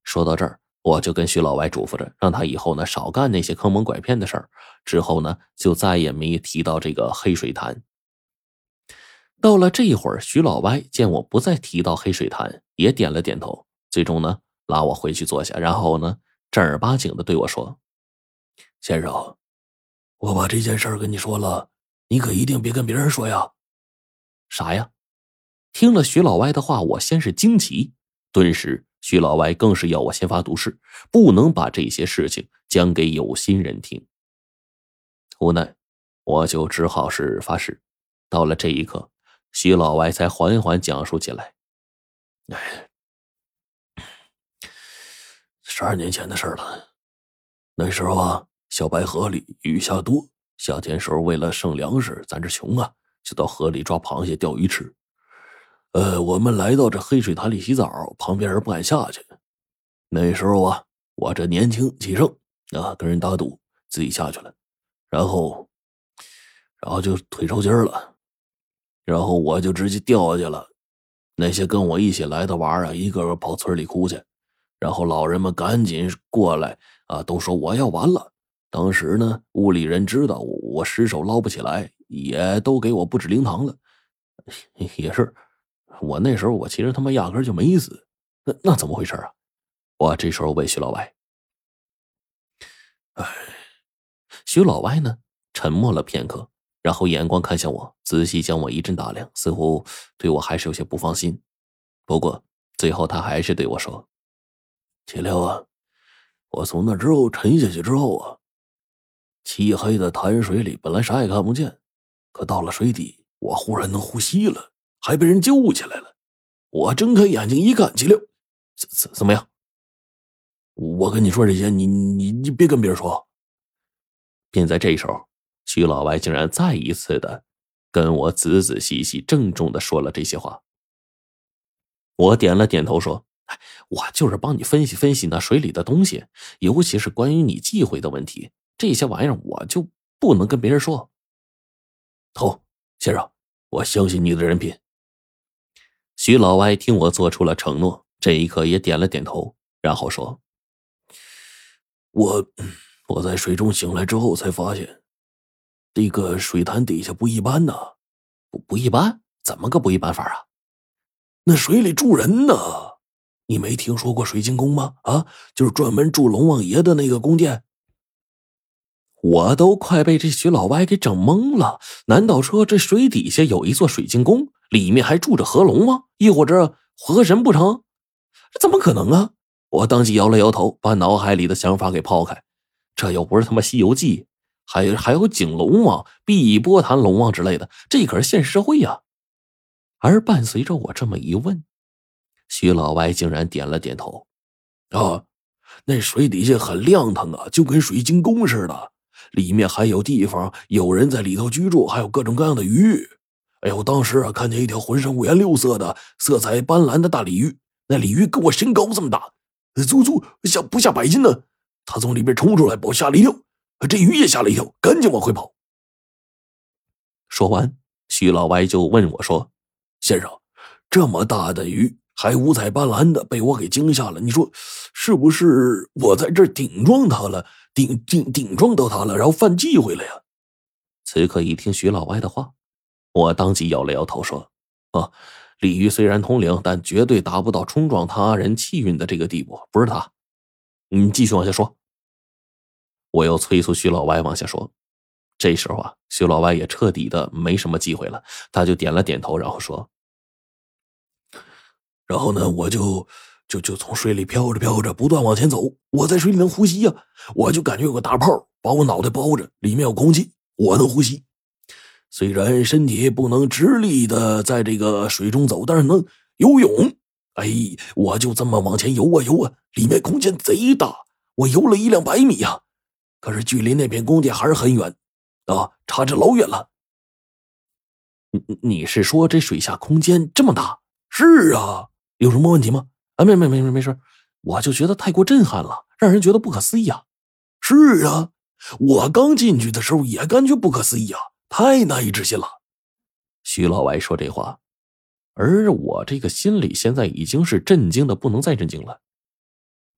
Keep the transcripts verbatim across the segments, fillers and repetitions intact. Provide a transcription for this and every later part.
说到这儿，我就跟徐老歪嘱咐着，让他以后呢少干那些坑蒙拐骗的事儿。之后呢，就再也没提到这个黑水潭。到了这会儿，徐老歪见我不再提到黑水潭，也点了点头，最终呢拉我回去坐下，然后呢正儿八经的对我说：“ 先生，我把这件事儿跟你说了，你可一定别跟别人说呀。” 啥呀？听了徐老歪的话，我先是惊奇，顿时徐老歪更是要我先发毒誓，不能把这些事情讲给有心人听。无奈我就只好是发誓。到了这一刻，徐老歪才缓缓讲述起来。 哎，十二年前的事了。那时候啊，小白河里雨下多，夏天时候为了剩粮食，咱这穷啊，就到河里抓螃蟹钓鱼吃。呃，我们来到这黑水潭里洗澡，旁边人不敢下去。那时候啊，我这年轻气盛啊，跟人打赌，自己下去了，然后，然后就腿抽筋了，然后我就直接掉下去了。那些跟我一起来的娃儿啊，一个个跑村里哭去，然后老人们赶紧过来啊，都说我要完了。当时呢，屋里人知道我失手捞不起来，也都给我布置灵堂了。也是。我那时候我其实他妈压根就没死，那那怎么回事啊？ 我这时候问徐老歪。哎，徐老歪呢沉默了片刻，然后眼光看向我，仔细将我一阵打量，似乎对我还是有些不放心。不过最后他还是对我说：“ 秦辽啊，我从那之后沉下去之后啊，漆黑的潭水里本来啥也看不见，可到了水底，我忽然能呼吸了。”还被人救起来了，我睁开眼睛一看，齐六， 怎怎么样？ 我跟你说这些，你你你别跟别人说。 便在这时候，徐老歪竟然再一次的跟我仔仔细细、郑重的说了这些话。我点了点头说：“哎，我就是帮你分析分析那水里的东西，尤其是关于你忌讳的问题，这些玩意儿我就不能跟别人说。” 好，先生，我相信你的人品。 徐老歪听我做出了承诺，这一刻也点了点头，然后说：“ 我我在水中醒来之后才发现，这个水潭底下不一般呐。” 不不一般？怎么个不一般法啊？ 那水里住人呢。你没听说过水晶宫吗？啊，就是专门住龙王爷的那个宫殿。 我都快被这徐老歪给整懵了，难道说这水底下有一座水晶宫，里面还住着河龙吗？亦或者河神不成？这怎么可能啊？我当即摇了摇头，把脑海里的想法给抛开。这又不是他妈西游记，还有还有景龙王、碧波潭龙王之类的，这可是现实社会呀。而伴随着我这么一问，徐老歪竟然点了点头。 啊，那水底下很亮堂啊，就跟水晶宫似的。里面还有地方有人在里头居住，还有各种各样的鱼。哎呦，当时啊看见一条浑身五颜六色的、色彩斑斓的大鲤鱼，那鲤鱼跟我身高这么大，足足下不下百斤呢。它从里面冲出来，把我吓了一跳，这鱼也吓了一跳，赶紧往回跑。 说完，徐老歪就问我说：“ 先生，这么大的鱼还五彩斑斓的，被我给惊吓了，你说是不是我在这儿顶撞他了，顶顶顶撞到他了，然后犯忌讳了呀？” 此刻一听徐老歪的话，我当即摇了摇头说：“啊，鲤鱼虽然通灵，但绝对达不到冲撞他人气运的这个地步，不是他。你继续往下说。”我又催促徐老歪往下说。这时候啊，徐老歪也彻底的没什么机会了，他就点了点头，然后说：“ 然后呢，我就就就从水里飘着飘着，不断往前走。我在水里能呼吸呀、啊，我就感觉有个大泡把我脑袋包着，里面有空气，我能呼吸。虽然身体不能直立的在这个水中走，但是能游泳。哎，我就这么往前游啊游啊，里面空间贼大，我游了一两百米啊，可是距离那片宫殿还是很远啊，差着老远了。 你你是说这水下空间这么大？ 是啊，有什么问题吗？ 啊，没没没没没事，我就觉得太过震撼了，让人觉得不可思议啊。 是啊，我刚进去的时候也感觉不可思议啊，太难以置信了。 徐老歪说这话，而我这个心里现在已经是震惊的不能再震惊了。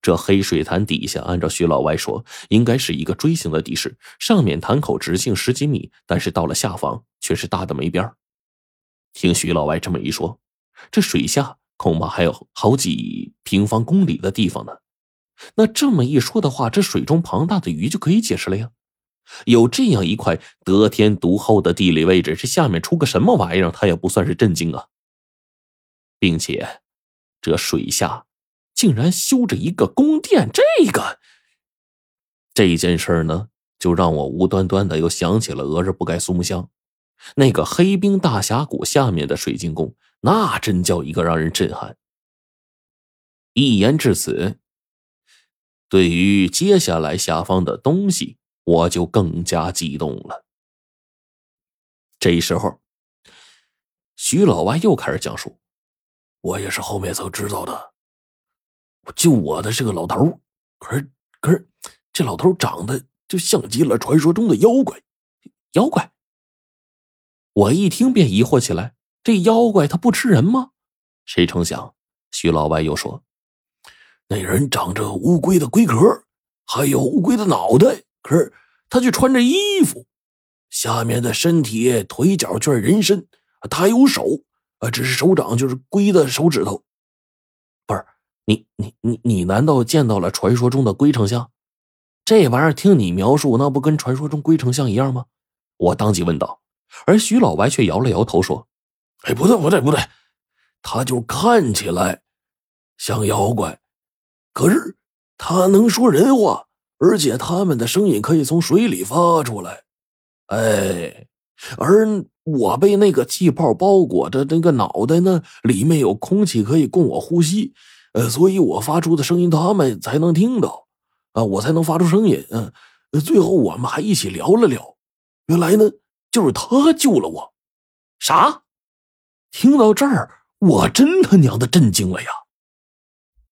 这黑水潭底下，按照徐老歪说，应该是一个锥形的地势，上面潭口直径十几米，但是到了下方却是大的没边儿。听徐老歪这么一说，这水下恐怕还有好几平方公里的地方呢。那这么一说的话，这水中庞大的鱼就可以解释了呀。有这样一块得天独厚的地理位置，这下面出个什么玩意儿，他也不算是震惊啊。并且这水下竟然修着一个宫殿，这个这件事呢，就让我无端端的又想起了俄日不盖苏木乡那个黑冰大峡谷下面的水晶宫，那真叫一个让人震撼。一言至此，对于接下来下方的东西，我就更加激动了。这时候，徐老歪又开始讲述： 我也是后面才知道的。救我的是个老头，可是可是这老头长得就像极了传说中的妖怪。 妖怪？我一听便疑惑起来，这妖怪他不吃人吗？谁成想，徐老歪又说， 那人长着乌龟的龟壳，还有乌龟的脑袋，可是他却穿着衣服，下面的身体腿脚却是人身，他还有手，只是手掌就是龟的手指头。 不是，你你你你难道见到了传说中的龟丞相？这玩意儿听你描述，那不跟传说中龟丞相一样吗？我当即问道。而徐老歪却摇了摇头说， 哎，不对不对不对，他就看起来像妖怪，可是他能说人话，而且他们的声音可以从水里发出来。哎，而我被那个气泡包裹着那个脑袋呢，里面有空气可以供我呼吸，呃，所以我发出的声音他们才能听到，啊，我才能发出声音。嗯，最后我们还一起聊了聊，原来呢，就是他救了我。 啥？听到这儿，我真他娘的震惊了呀！